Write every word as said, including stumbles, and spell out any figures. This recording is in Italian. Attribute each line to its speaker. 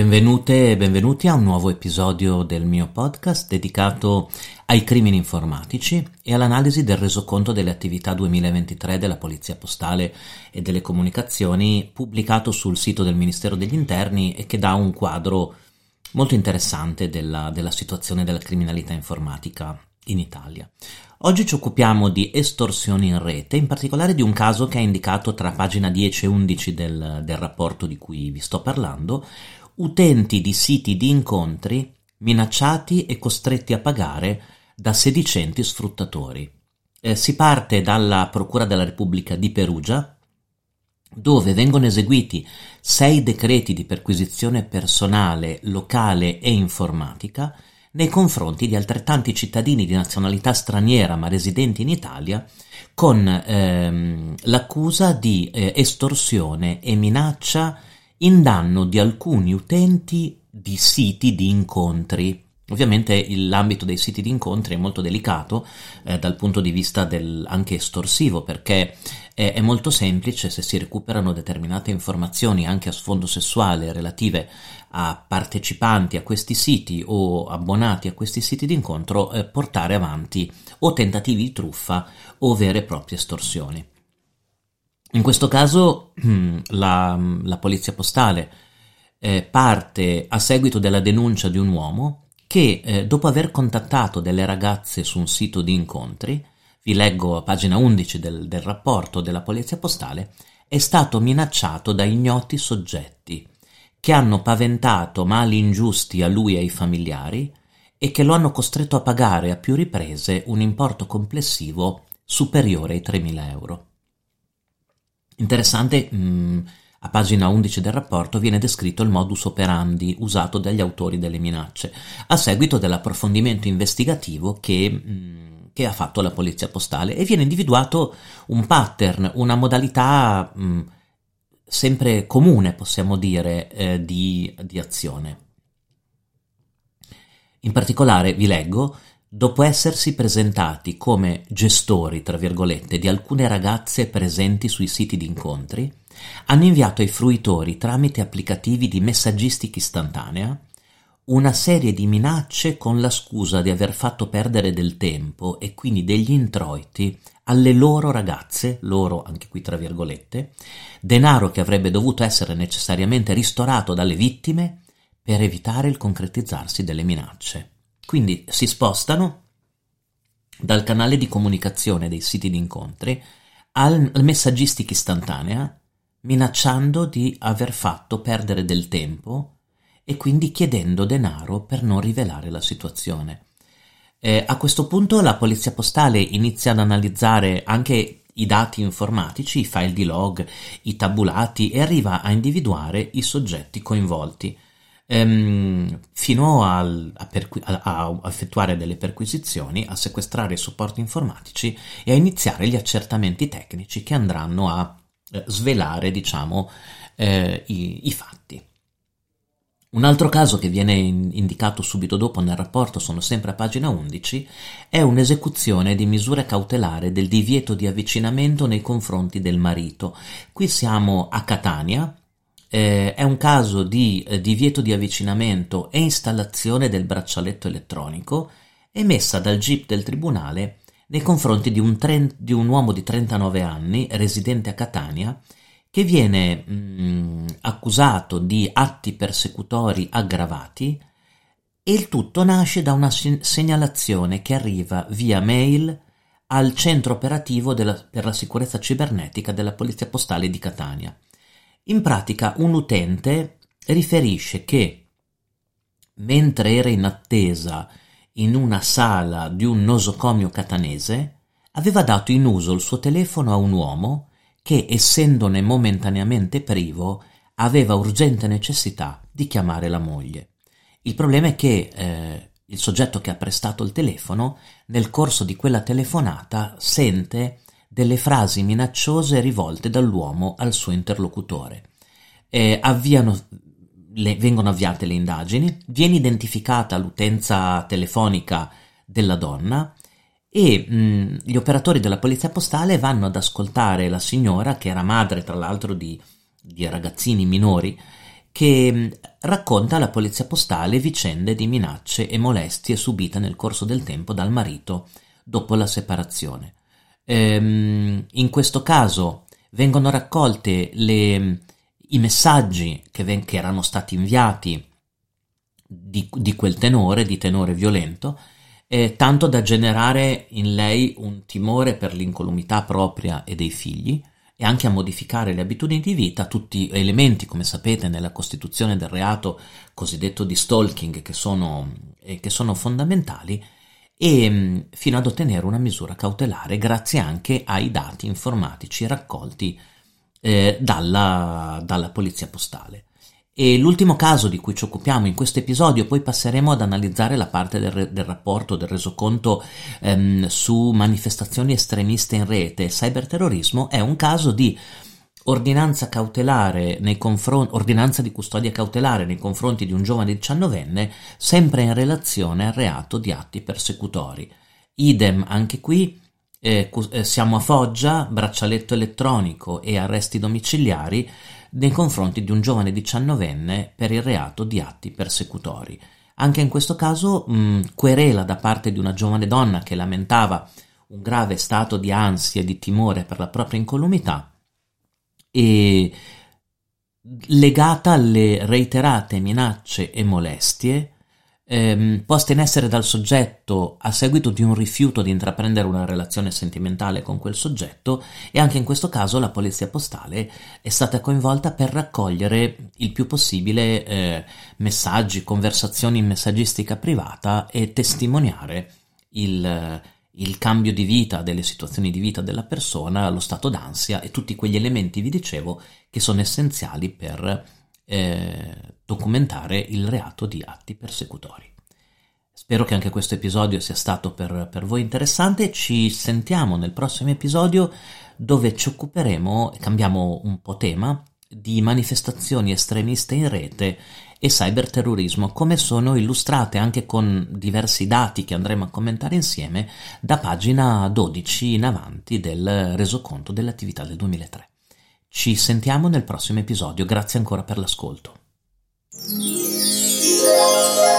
Speaker 1: Benvenute e benvenuti a un nuovo episodio del mio podcast dedicato ai crimini informatici e all'analisi del resoconto delle attività duemilaventitré della Polizia Postale e delle Comunicazioni, pubblicato sul sito del Ministero degli Interni e che dà un quadro molto interessante della, della situazione della criminalità informatica in Italia. Oggi ci occupiamo di estorsioni in rete, in particolare di un caso che è indicato tra pagina dieci e undici del, del rapporto di cui vi sto parlando: utenti di siti di incontri minacciati e costretti a pagare da sedicenti sfruttatori. Eh, si parte dalla Procura della Repubblica di Perugia, dove vengono eseguiti sei decreti di perquisizione personale, locale e informatica nei confronti di altrettanti cittadini di nazionalità straniera ma residenti in Italia, con ehm, l'accusa di eh, estorsione e minaccia in danno di alcuni utenti di siti di incontri. Ovviamente il, l'ambito dei siti di incontri è molto delicato eh, dal punto di vista del, anche estorsivo, perché è, è molto semplice, se si recuperano determinate informazioni anche a sfondo sessuale relative a partecipanti a questi siti o abbonati a questi siti di incontro, eh, portare avanti o tentativi di truffa o vere e proprie estorsioni. In questo caso la, la Polizia Postale eh, parte a seguito della denuncia di un uomo che eh, dopo aver contattato delle ragazze su un sito di incontri, vi leggo a pagina undici del, del rapporto della Polizia Postale, è stato minacciato da ignoti soggetti che hanno paventato mali ingiusti a lui e ai familiari e che lo hanno costretto a pagare a più riprese un importo complessivo superiore ai tremila euro. Interessante, mh, a pagina undici del rapporto viene descritto il modus operandi usato dagli autori delle minacce, a seguito dell'approfondimento investigativo che, mh, che ha fatto la Polizia Postale, e viene individuato un pattern, una modalità mh, sempre comune, possiamo dire, eh, di, di azione. In particolare, vi leggo: dopo essersi presentati come gestori, tra virgolette, di alcune ragazze presenti sui siti di incontri, hanno inviato ai fruitori, tramite applicativi di messaggistica istantanea, una serie di minacce con la scusa di aver fatto perdere del tempo e quindi degli introiti alle loro ragazze, loro anche qui tra virgolette, denaro che avrebbe dovuto essere necessariamente ristorato dalle vittime per evitare il concretizzarsi delle minacce. Quindi si spostano dal canale di comunicazione dei siti di incontri al, al messaggistica istantanea, minacciando di aver fatto perdere del tempo e quindi chiedendo denaro per non rivelare la situazione. Eh, a questo punto la Polizia Postale inizia ad analizzare anche i dati informatici, i file di log, i tabulati, e arriva a individuare i soggetti coinvolti, ehm, fino al, a, perqu- a, a effettuare delle perquisizioni, a sequestrare i supporti informatici e a iniziare gli accertamenti tecnici che andranno a eh, svelare, diciamo, eh, i, i fatti. Un altro caso che viene in, indicato subito dopo nel rapporto, sono sempre a pagina undici, è un'esecuzione di misure cautelari del divieto di avvicinamento nei confronti del marito. Qui siamo a Catania. Eh, è un caso di eh, divieto di avvicinamento e installazione del braccialetto elettronico emessa dal G I P del Tribunale nei confronti di un, tre, di un uomo di trentanove anni, residente a Catania, che viene mh, accusato di atti persecutori aggravati, e il tutto nasce da una segnalazione che arriva via mail al centro operativo della, per la sicurezza cibernetica della Polizia Postale di Catania. In pratica un utente riferisce che mentre era in attesa in una sala di un nosocomio catanese aveva dato in uso il suo telefono a un uomo che, essendone momentaneamente privo, aveva urgente necessità di chiamare la moglie. Il problema è che eh, il soggetto che ha prestato il telefono, nel corso di quella telefonata, sente delle frasi minacciose rivolte dall'uomo al suo interlocutore. Eh, avviano, le, vengono avviate le indagini, viene identificata l'utenza telefonica della donna e mh, gli operatori della Polizia Postale vanno ad ascoltare la signora, che era madre tra l'altro di, di ragazzini minori, che racconta alla polizia postale vicende di minacce e molestie subite nel corso del tempo dal marito dopo la separazione. Ehm, in questo caso vengono raccolte le, i messaggi che, ven- che erano stati inviati di, di quel tenore, di tenore violento, eh, tanto da generare in lei un timore per l'incolumità propria e dei figli, e anche a modificare le abitudini di vita, tutti elementi, come sapete, nella costituzione del reato cosiddetto di stalking, che sono, eh, che sono fondamentali, e mh, fino ad ottenere una misura cautelare grazie anche ai dati informatici raccolti eh, dalla, dalla polizia postale. E l'ultimo caso di cui ci occupiamo in questo episodio, poi passeremo ad analizzare la parte del, del rapporto, del resoconto ehm, su manifestazioni estremiste in rete e cyberterrorismo, è un caso di ordinanza cautelare nei confronti, ordinanza di custodia cautelare nei confronti di un giovane diciannovenne, sempre in relazione al reato di atti persecutori. Idem anche qui, eh, siamo a Foggia, braccialetto elettronico e arresti domiciliari nei confronti di un giovane diciannovenne per il reato di atti persecutori. Anche in questo caso mh, querela da parte di una giovane donna che lamentava un grave stato di ansia e di timore per la propria incolumità, e legata alle reiterate minacce e molestie ehm, poste in essere dal soggetto a seguito di un rifiuto di intraprendere una relazione sentimentale con quel soggetto. E anche in questo caso la polizia postale è stata coinvolta per raccogliere il più possibile eh, messaggi, conversazioni in messaggistica privata e testimoniare il, il cambio di vita, delle situazioni di vita della persona, lo stato d'ansia e tutti quegli elementi, vi dicevo, che sono essenziali per eh, documentare il reato di atti persecutori. Spero che anche questo episodio sia stato per, per voi interessante. Ci sentiamo nel prossimo episodio, dove ci occuperemo, cambiamo un po' tema, di manifestazioni estremiste in rete e cyberterrorismo, come sono illustrate anche con diversi dati che andremo a commentare insieme da pagina dodici in avanti del resoconto delle attività del duemilatré. Ci sentiamo nel prossimo episodio, grazie ancora per l'ascolto.